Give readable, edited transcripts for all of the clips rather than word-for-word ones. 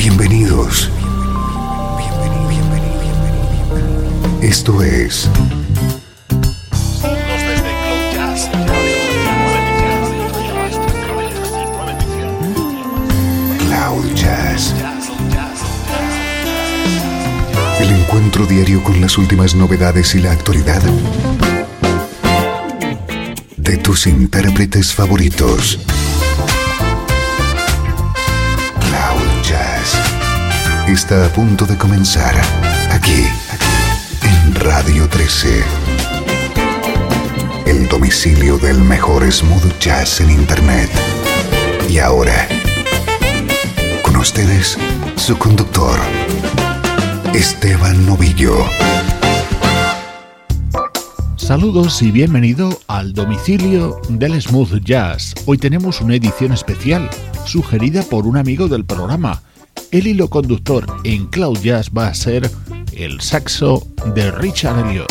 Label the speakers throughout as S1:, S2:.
S1: Bienvenidos. Esto es Cloud Jazz. El encuentro diario con las últimas novedades y la actualidad de tus intérpretes favoritos. Cloud Jazz está a punto de comenzar aquí en Radio 13. El domicilio del mejor smooth jazz en internet. Y ahora, con ustedes, su conductor, Esteban Novillo.
S2: Saludos y bienvenido al domicilio del smooth jazz. Hoy tenemos una edición especial, sugerida por un amigo del programa. El hilo conductor en Cloud Jazz va a ser el saxo de Richard Elliott.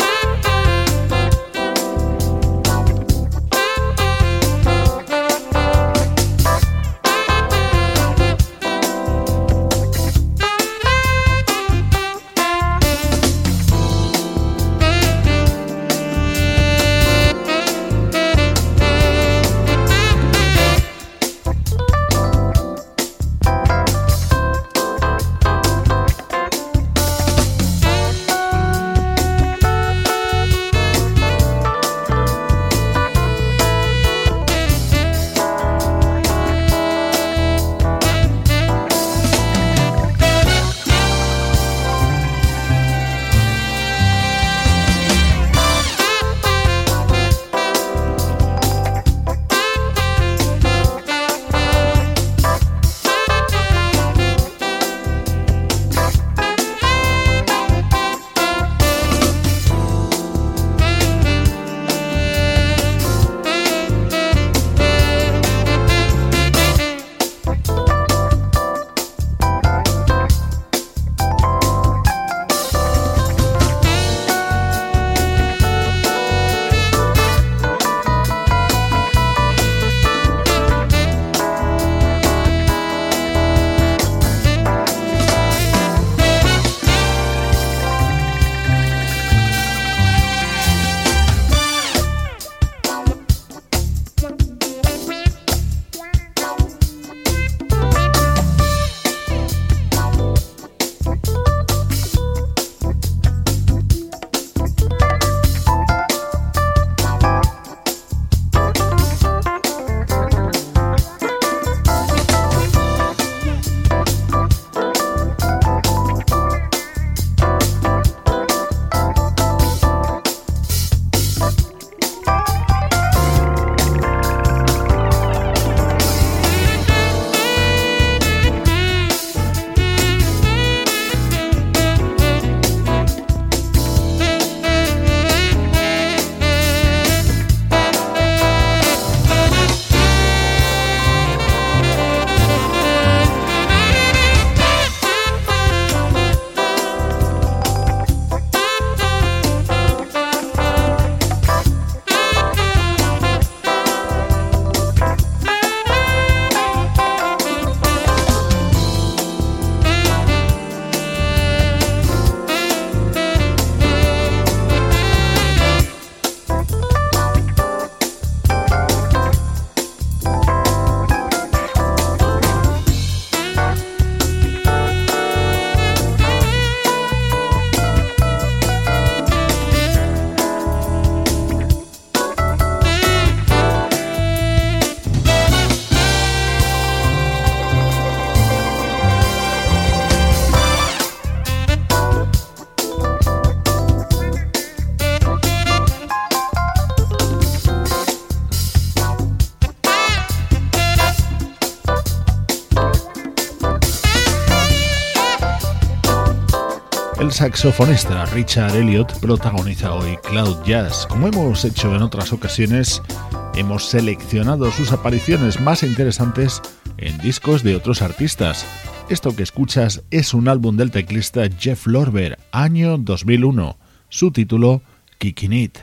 S2: El saxofonista Richard Elliott protagoniza hoy Cloud Jazz. Como hemos hecho en otras ocasiones, hemos seleccionado sus apariciones más interesantes en discos de otros artistas. Esto que escuchas es un álbum del teclista Jeff Lorber, año 2001. Su título, Kicking It.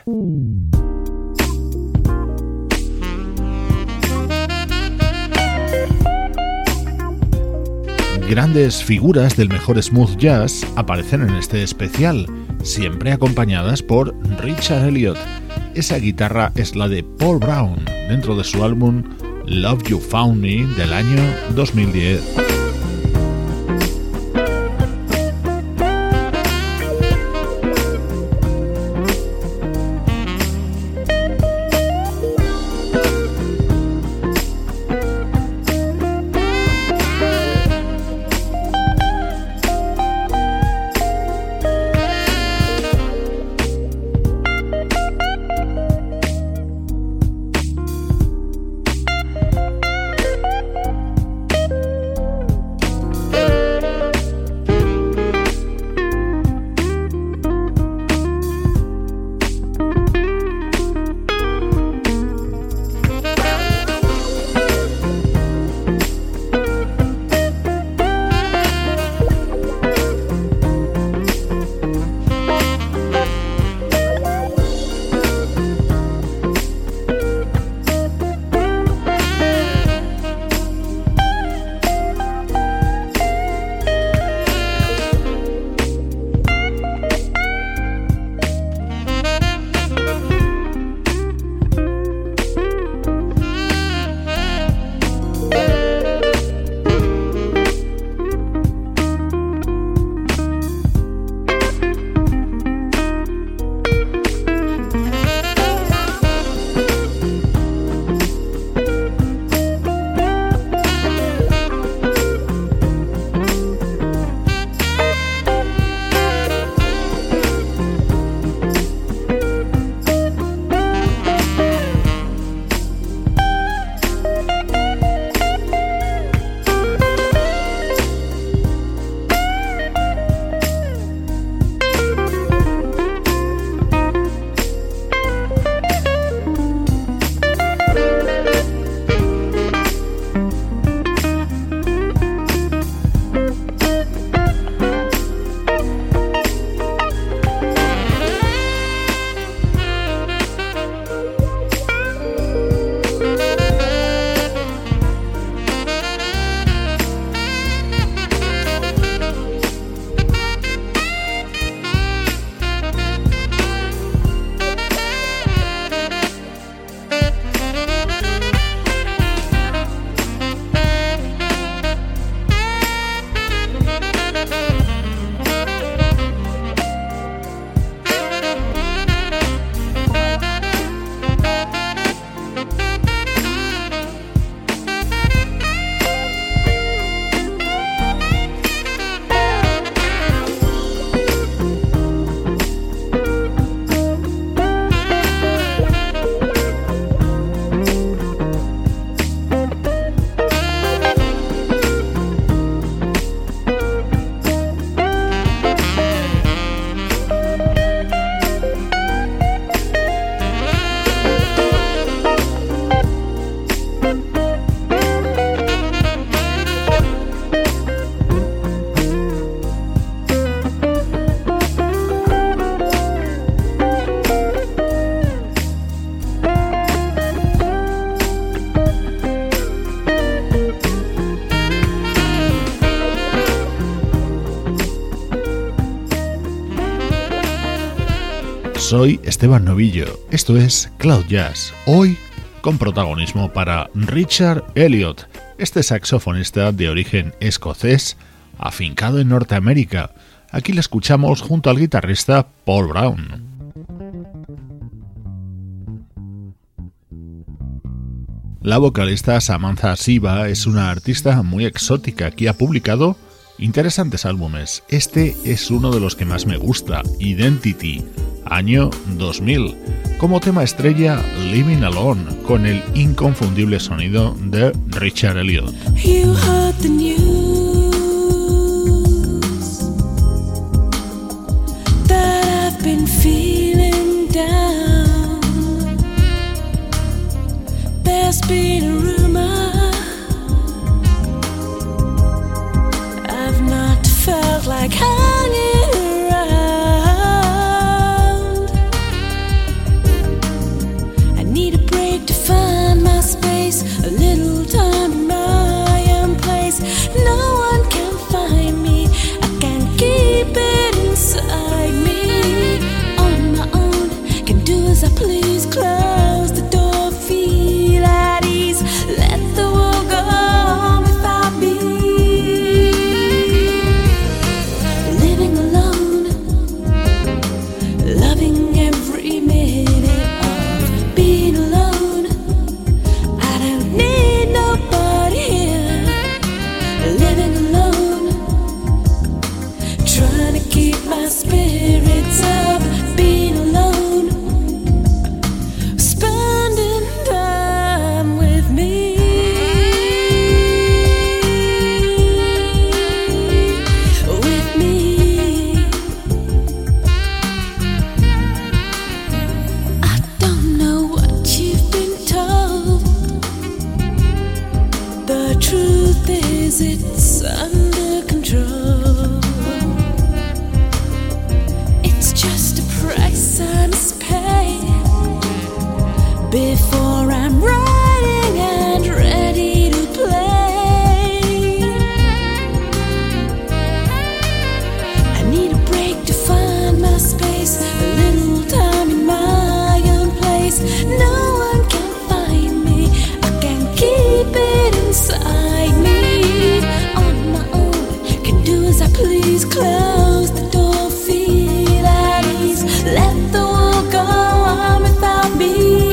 S2: grandes figuras del mejor smooth jazz aparecen en este especial, siempre acompañadas por Richard Elliott. Esa guitarra es la de Paul Brown, dentro de su álbum Love You Found Me del año 2010. Soy Esteban Novillo, esto es Cloud Jazz, hoy con protagonismo para Richard Elliott, este saxofonista de origen escocés, afincado en Norteamérica. Aquí le escuchamos junto al guitarrista Paul Brown. La vocalista Samantha Siva es una artista muy exótica que ha publicado interesantes álbumes. Este es uno de los que más me gusta, Identity, año 2000, como tema estrella Living Alone, con el inconfundible sonido de Richard Elliott.
S3: You heard the news that I've been feeling down. There's been a rumor I've not felt like hanging around. I need a break to find my space, a little time in my own place. No one can truth is it's under control. It's just a price I must pay before I'm writing and ready to play. I need a break to find my space, a little time in my own place. No one can find me, I can keep it inside me. On my own, can do as I please. Close the door, feel at ease. Let the world go on without me.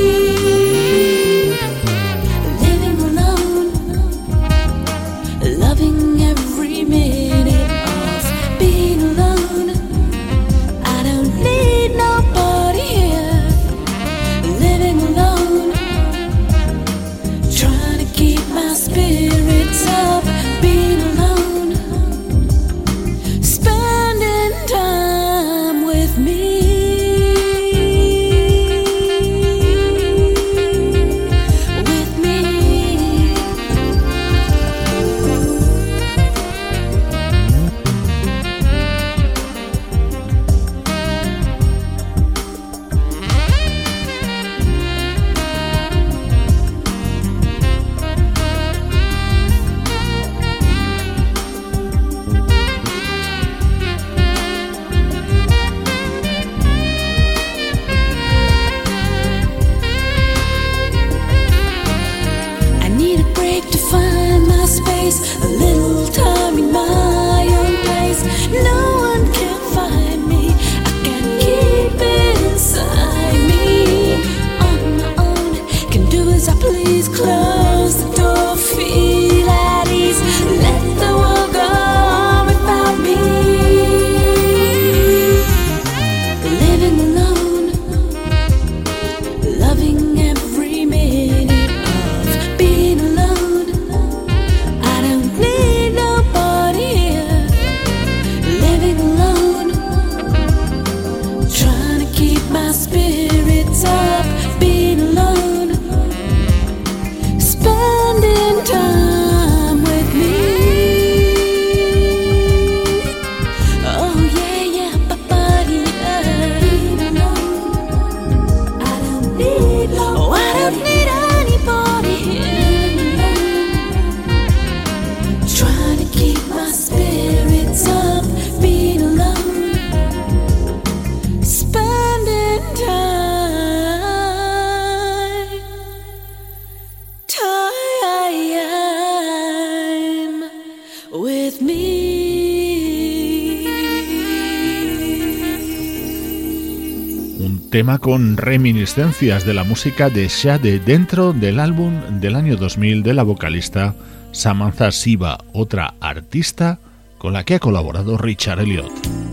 S2: Tema con reminiscencias de la música de Sade dentro del álbum del año 2000 de la vocalista Samantha Siva, otra artista con la que ha colaborado Richard Elliott.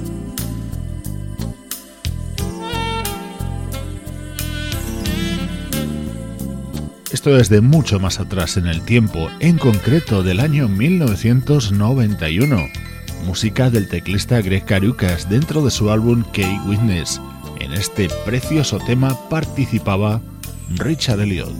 S2: Esto es de mucho más atrás en el tiempo, en concreto del año 1991, música del teclista Greg Karukas dentro de su álbum K-Witness. En este precioso tema participaba Richard Elliott.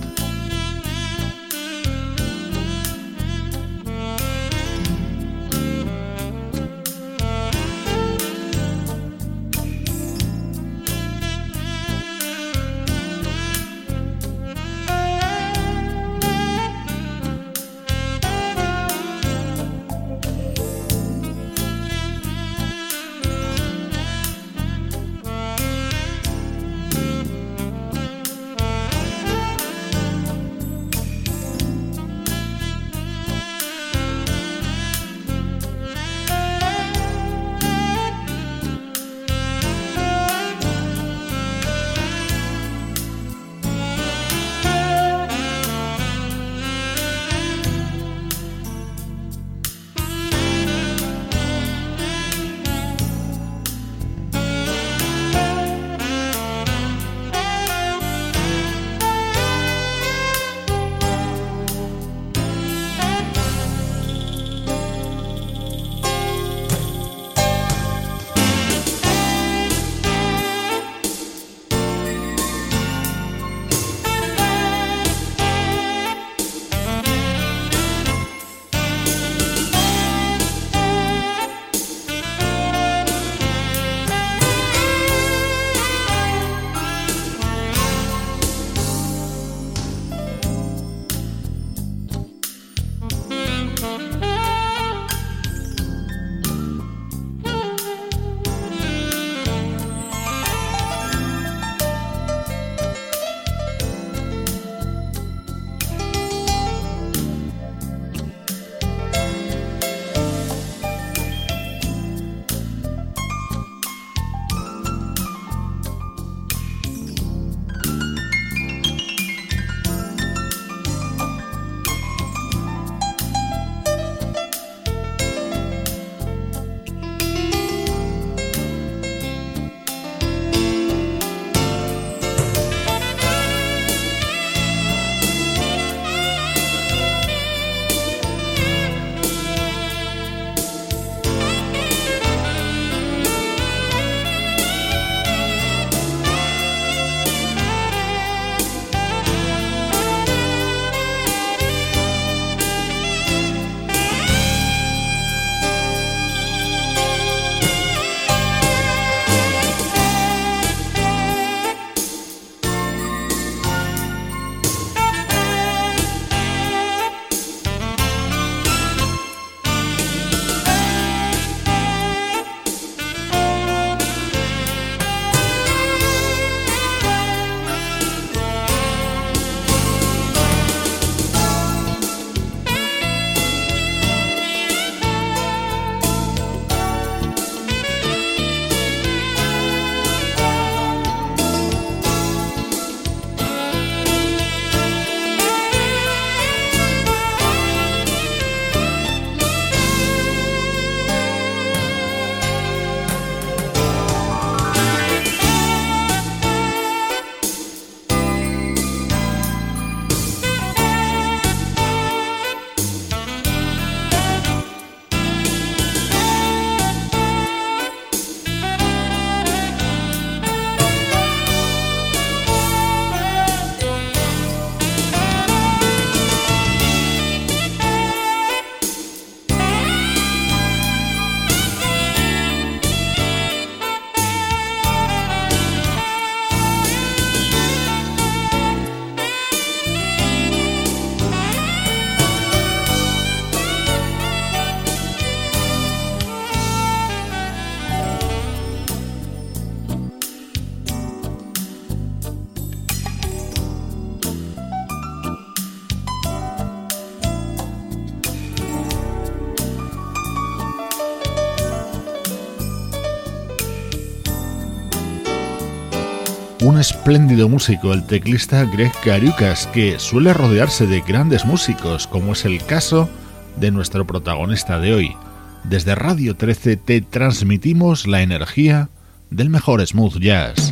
S2: un espléndido músico, el teclista Greg Cariucas, que suele rodearse de grandes músicos, como es el caso de nuestro protagonista de hoy. Desde Radio 13 te transmitimos la energía del mejor smooth jazz.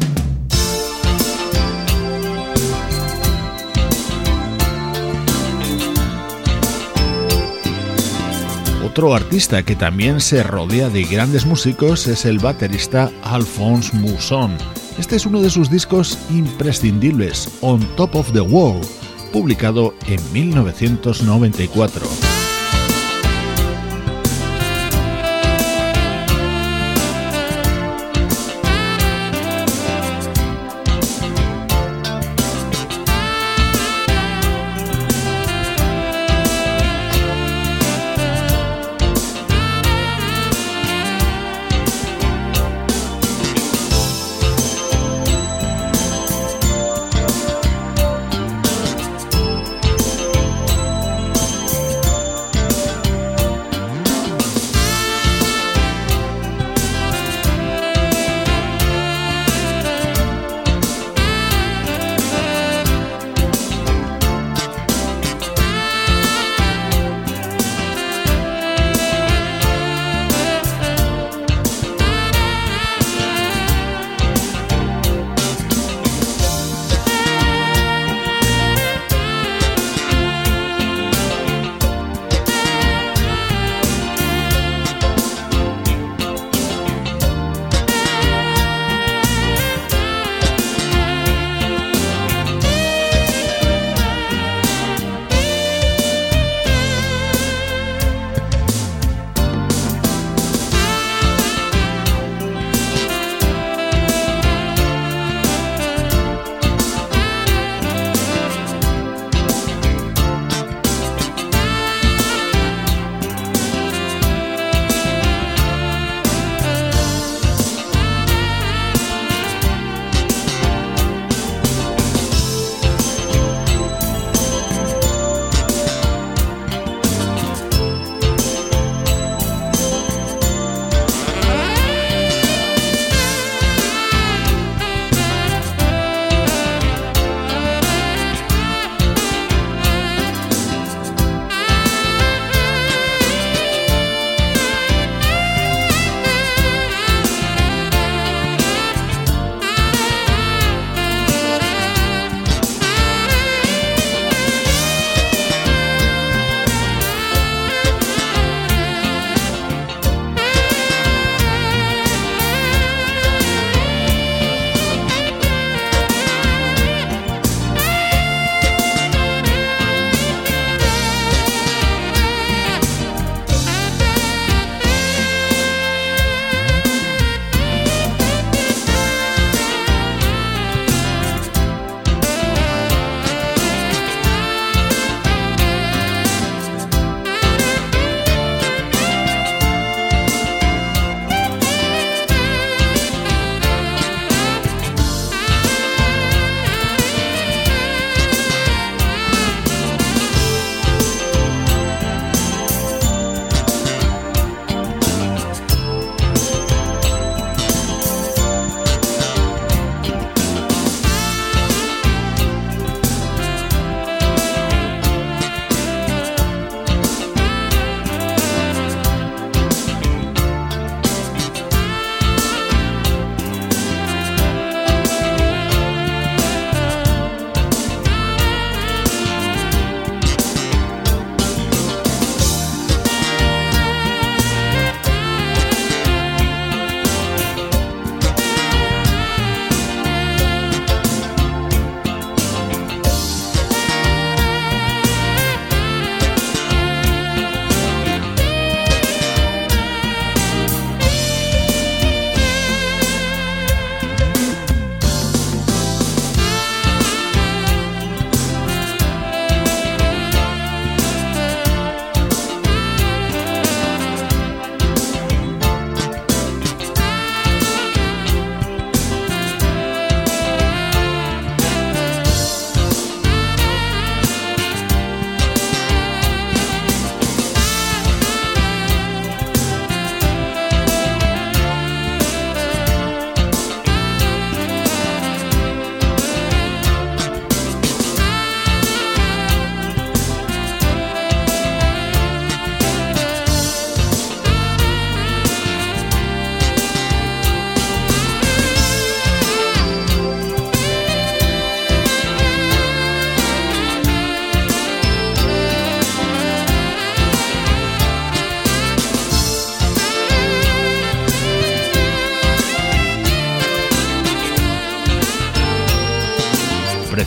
S2: Otro artista que también se rodea de grandes músicos es el baterista Alphonse Mousson. Este es uno de sus discos imprescindibles, On Top of the World, publicado en 1994.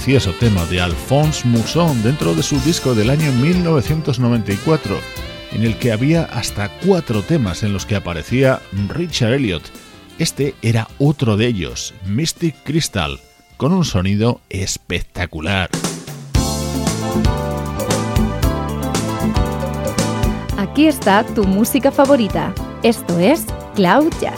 S2: precioso tema de Alphonse Mousson dentro de su disco del año 1994, en el que había hasta 4 temas en los que aparecía Richard Elliot. Este era otro de ellos, Mystic Crystal, con un sonido espectacular.
S4: Aquí está tu música favorita. Esto es Cloud Jazz.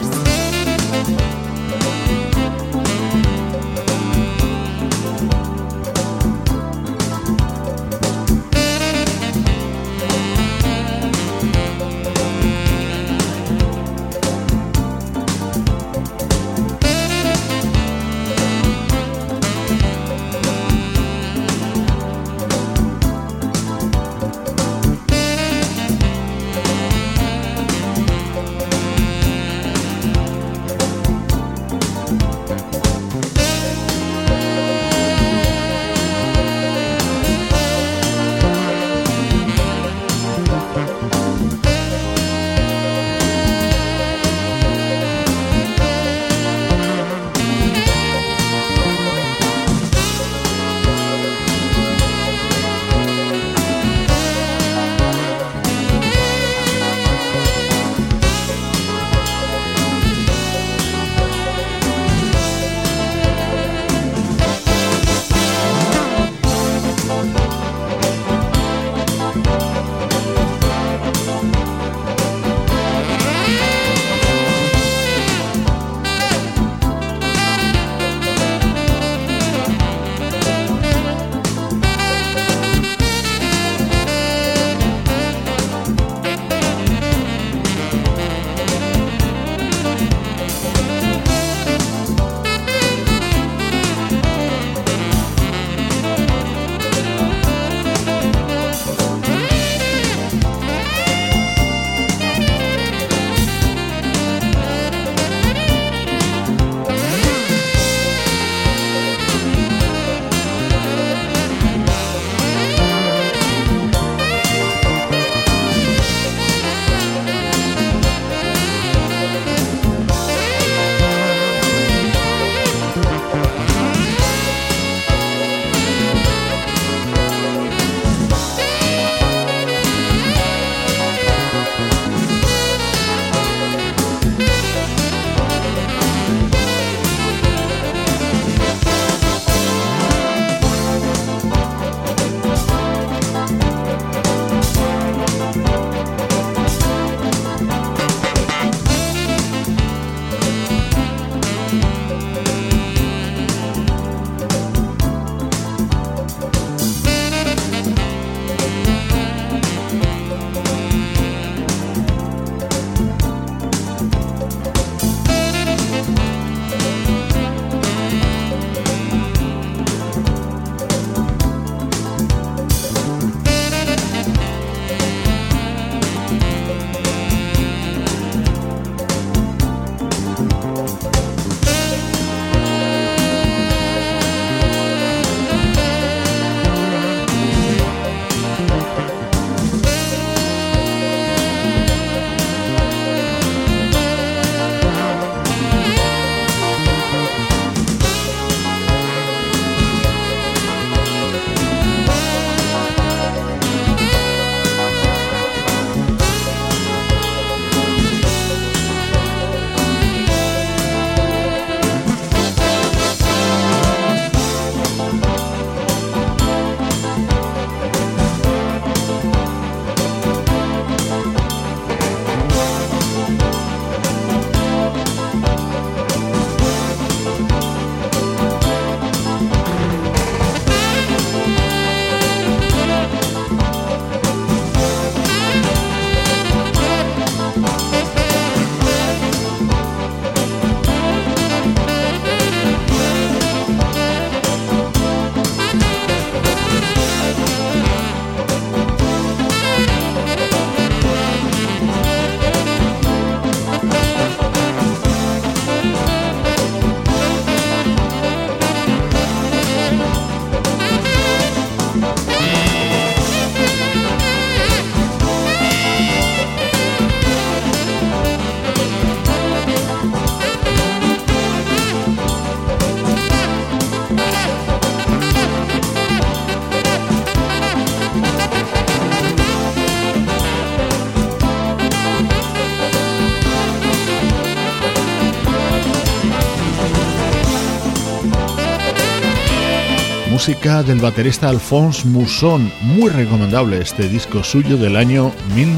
S2: música del baterista Alphonse Mousson, muy recomendable este disco suyo del año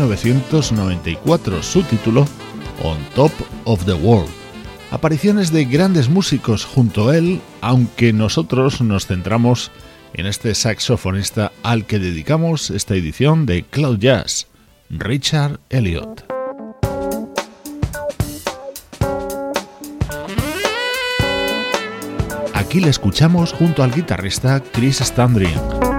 S2: 1994, su título On Top of the World. Apariciones de grandes músicos junto a él, aunque nosotros nos centramos en este saxofonista al que dedicamos esta edición de Cloud Jazz, Richard Elliott. Aquí le escuchamos junto al guitarrista Chris Standring.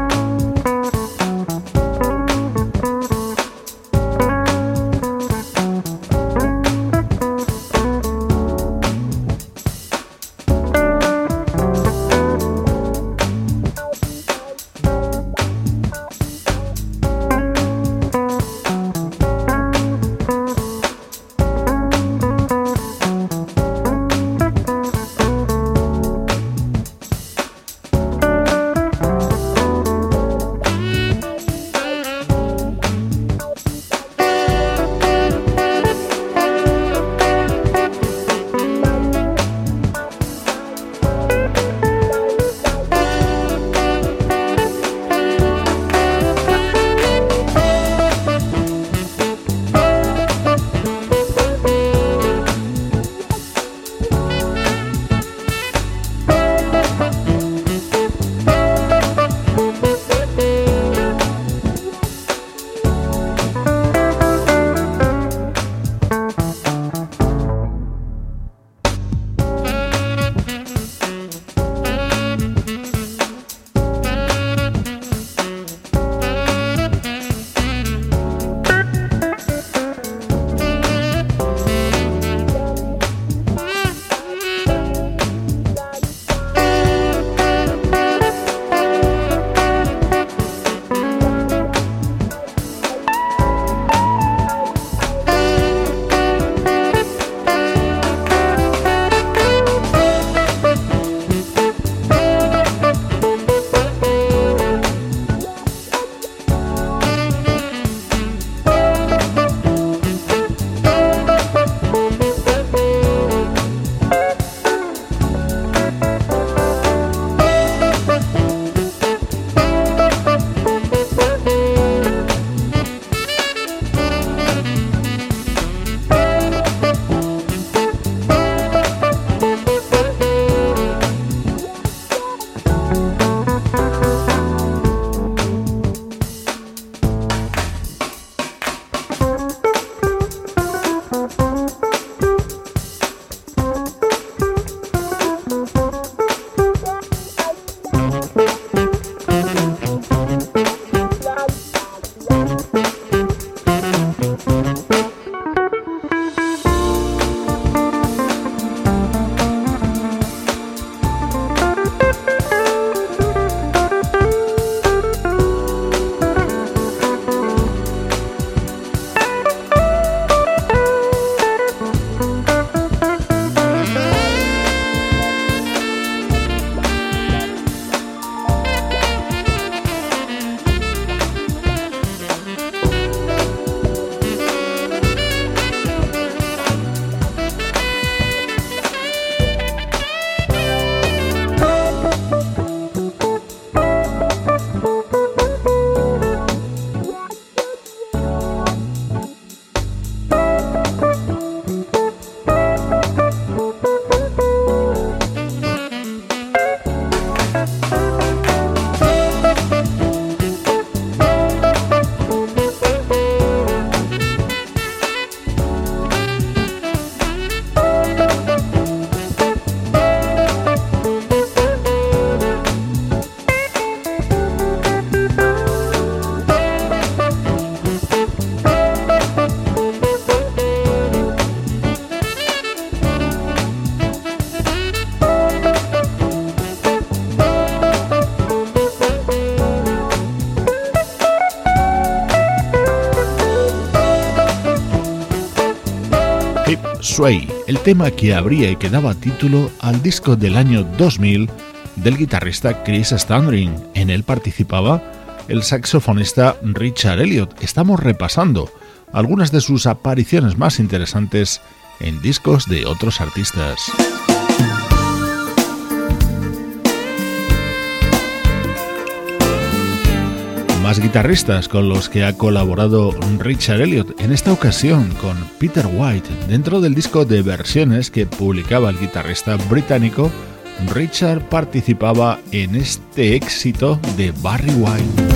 S2: Sway, el tema que abría y que daba título al disco del año 2000 del guitarrista Chris Standring. En él participaba el saxofonista Richard Elliott. Estamos repasando algunas de sus apariciones más interesantes en discos de otros artistas. más guitarristas con los que ha colaborado Richard Elliott, en esta ocasión con Peter White. Dentro del disco de versiones que publicaba el guitarrista británico, Richard participaba en este éxito de Barry White.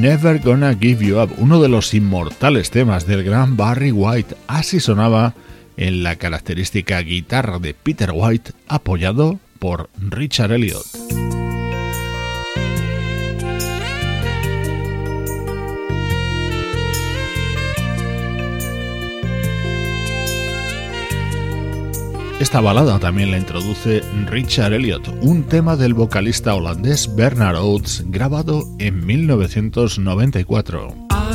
S2: Never Gonna Give You Up, uno de los inmortales temas del gran Barry White. Así sonaba en la característica guitarra de Peter White, apoyado por Richard Elliott. Esta balada también la introduce Richard Elliott, un tema del vocalista holandés Bernard Oates grabado en 1994.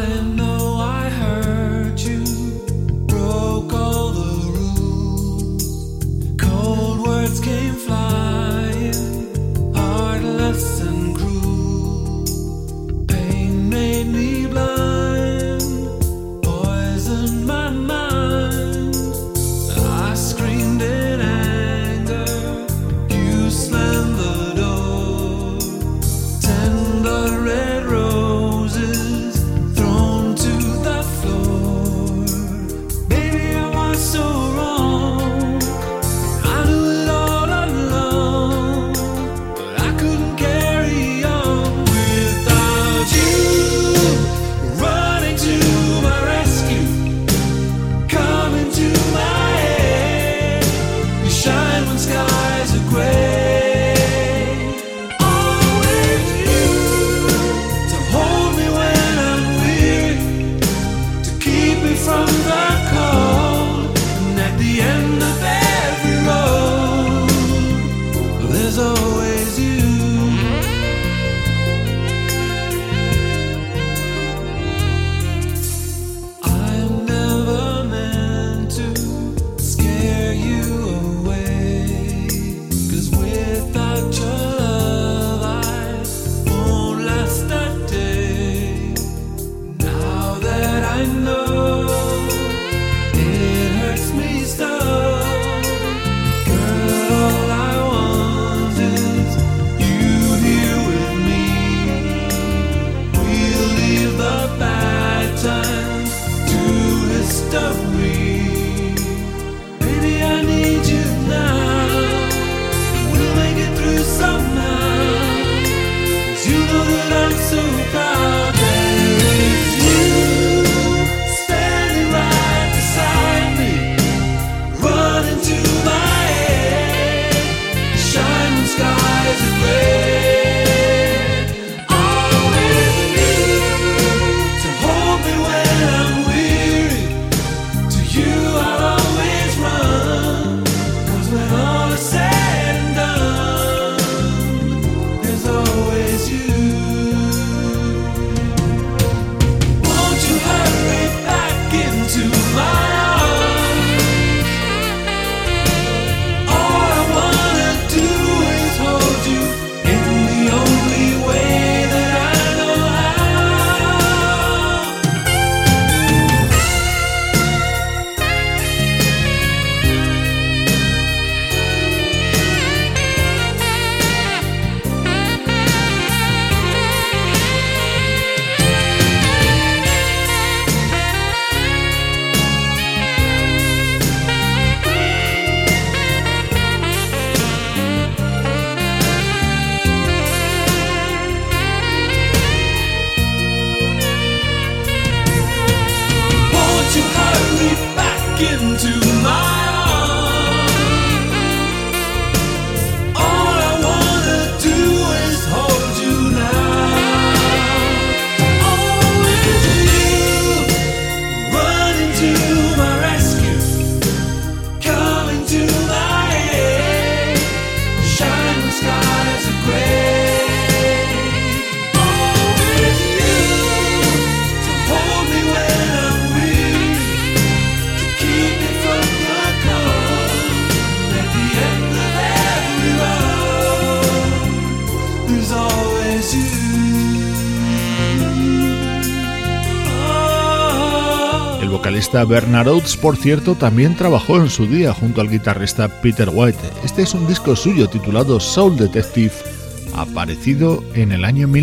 S2: El vocalista Bernard Oates, por cierto, también trabajó en su día junto al guitarrista Peter White. Este es un disco suyo titulado Soul Detective, aparecido en el año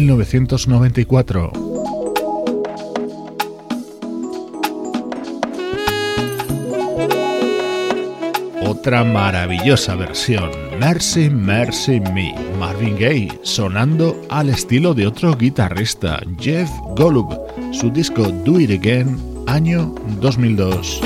S2: 1994. otra maravillosa versión, Mercy Mercy Me, Marvin Gaye, sonando al estilo de otro guitarrista, Jeff Golub, su disco Do It Again, año 2002.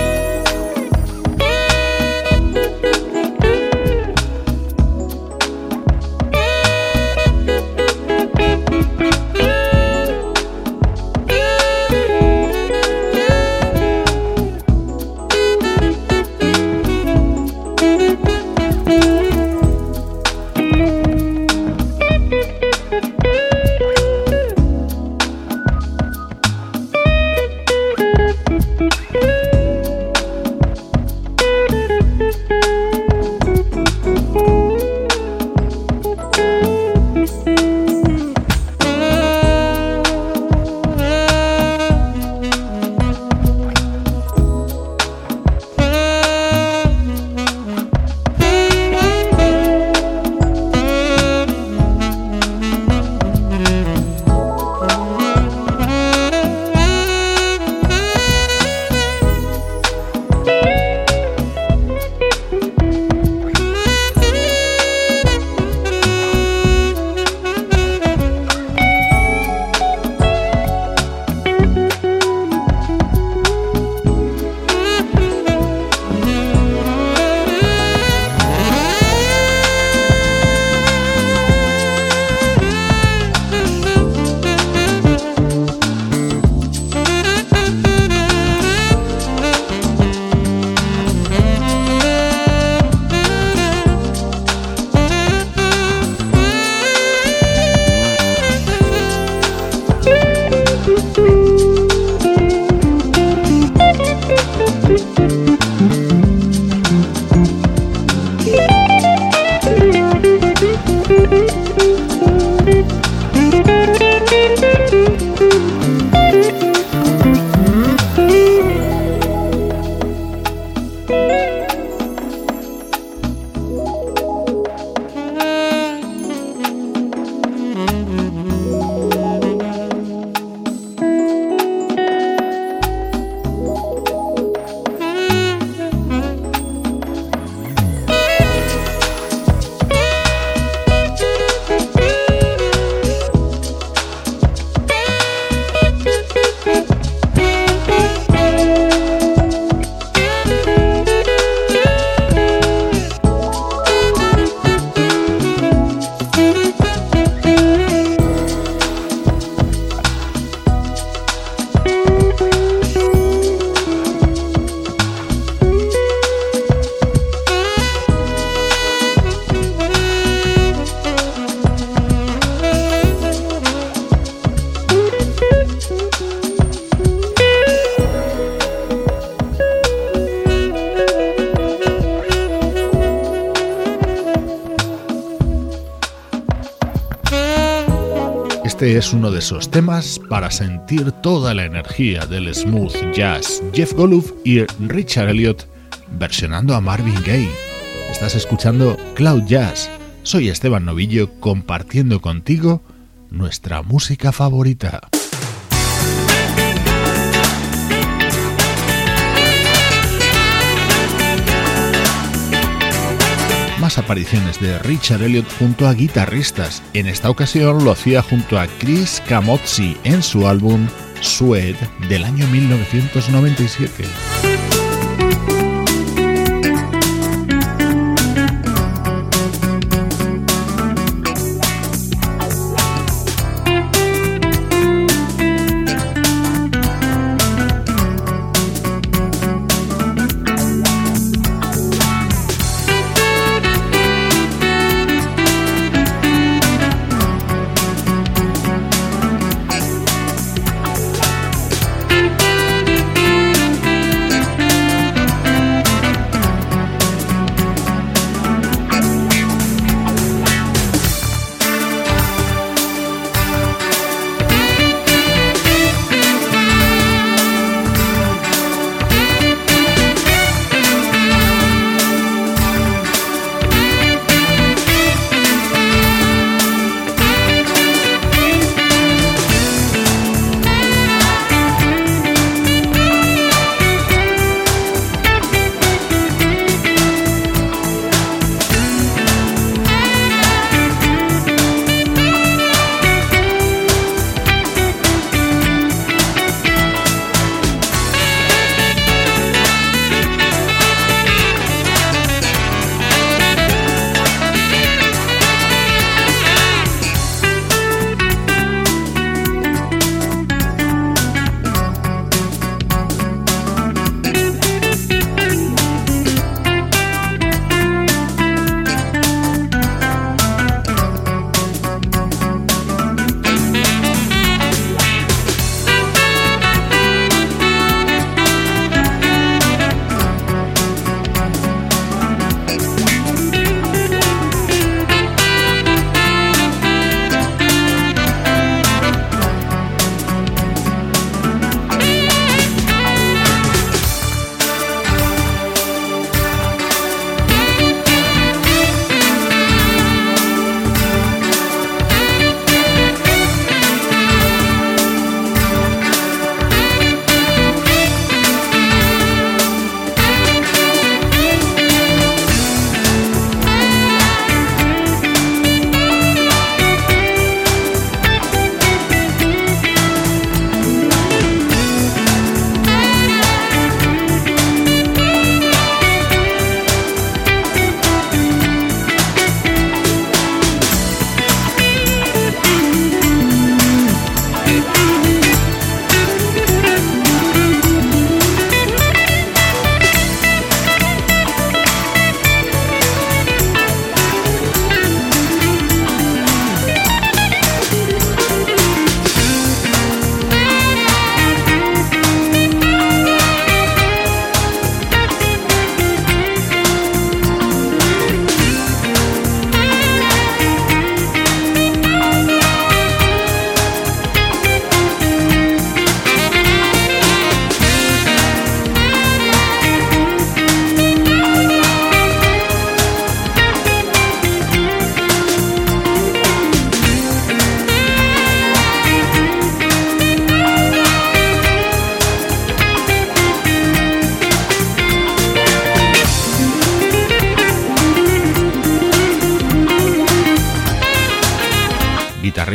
S2: Este es uno de esos temas para sentir toda la energía del smooth jazz. Jeff Golub y Richard Elliott versionando a Marvin Gaye. Estás escuchando Cloud Jazz. Soy Esteban Novillo compartiendo contigo nuestra música favorita. Más apariciones de Richard Elliott junto a guitarristas. En esta ocasión lo hacía junto a Chris Camozzi en su álbum Suede del año 1997.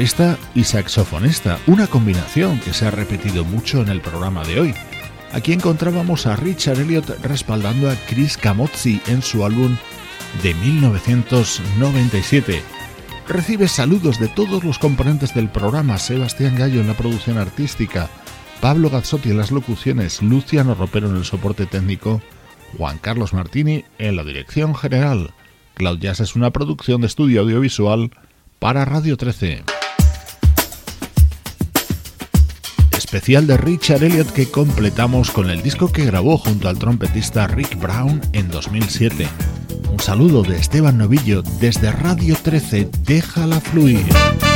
S2: guitarrista y saxofonista, una combinación que se ha repetido mucho en el programa de hoy. Aquí encontrábamos a Richard Elliott respaldando a Chris Camozzi en su álbum de 1997. Recibe saludos de todos los componentes del programa: Sebastián Gallo en la producción artística, Pablo Gazzotti en las locuciones, Luciano Ropero en el soporte técnico, Juan Carlos Martini en la dirección general. Cloud Jazz es una producción de estudio audiovisual para Radio 13. Especial de Richard Elliott que completamos con el disco que grabó junto al trompetista Rick Brown en 2007. Un saludo de Esteban Novillo desde Radio 13. Déjala fluir.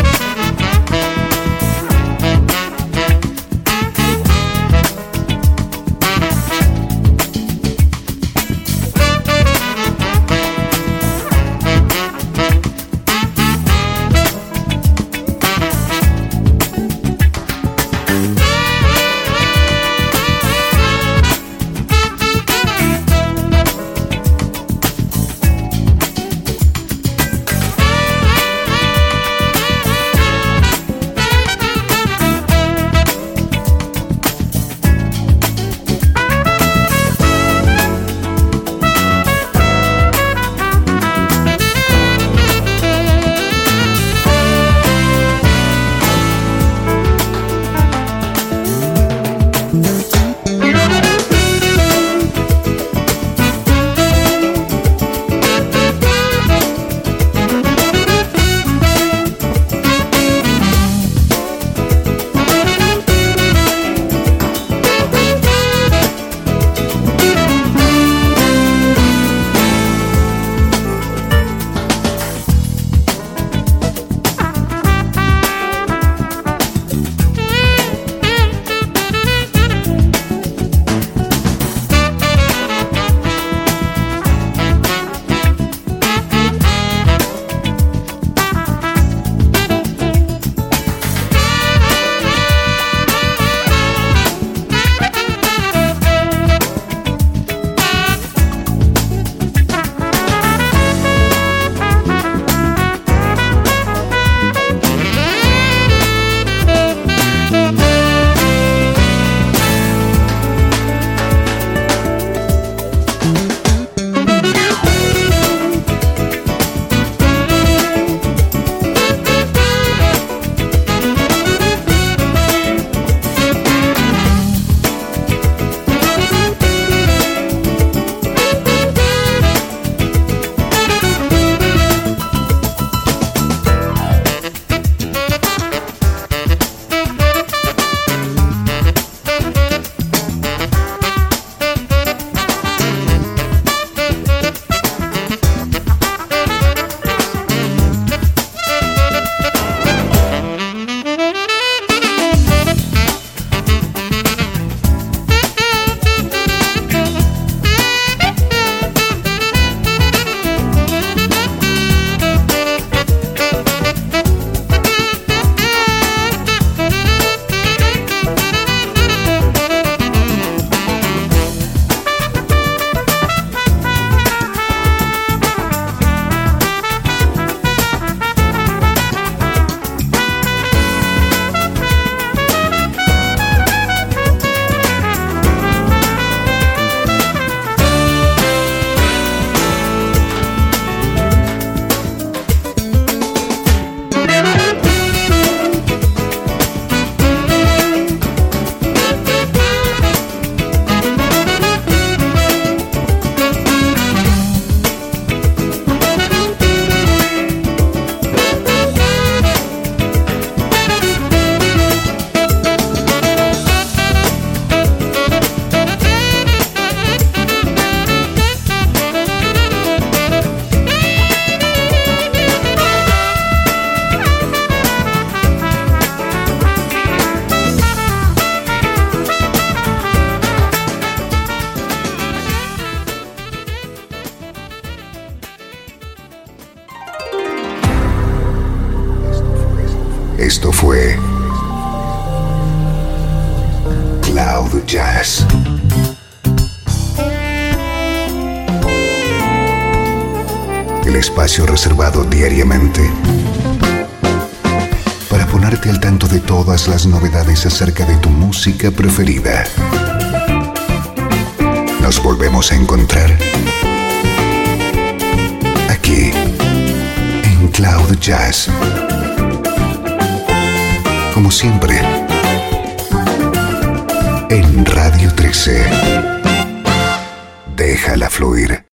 S1: Esto fue Cloud Jazz. El espacio reservado diariamente para Mantente al tanto de todas las novedades acerca de tu música preferida. Nos volvemos a encontrar aquí en Cloud Jazz. Como siempre, en Radio 13. Déjala fluir.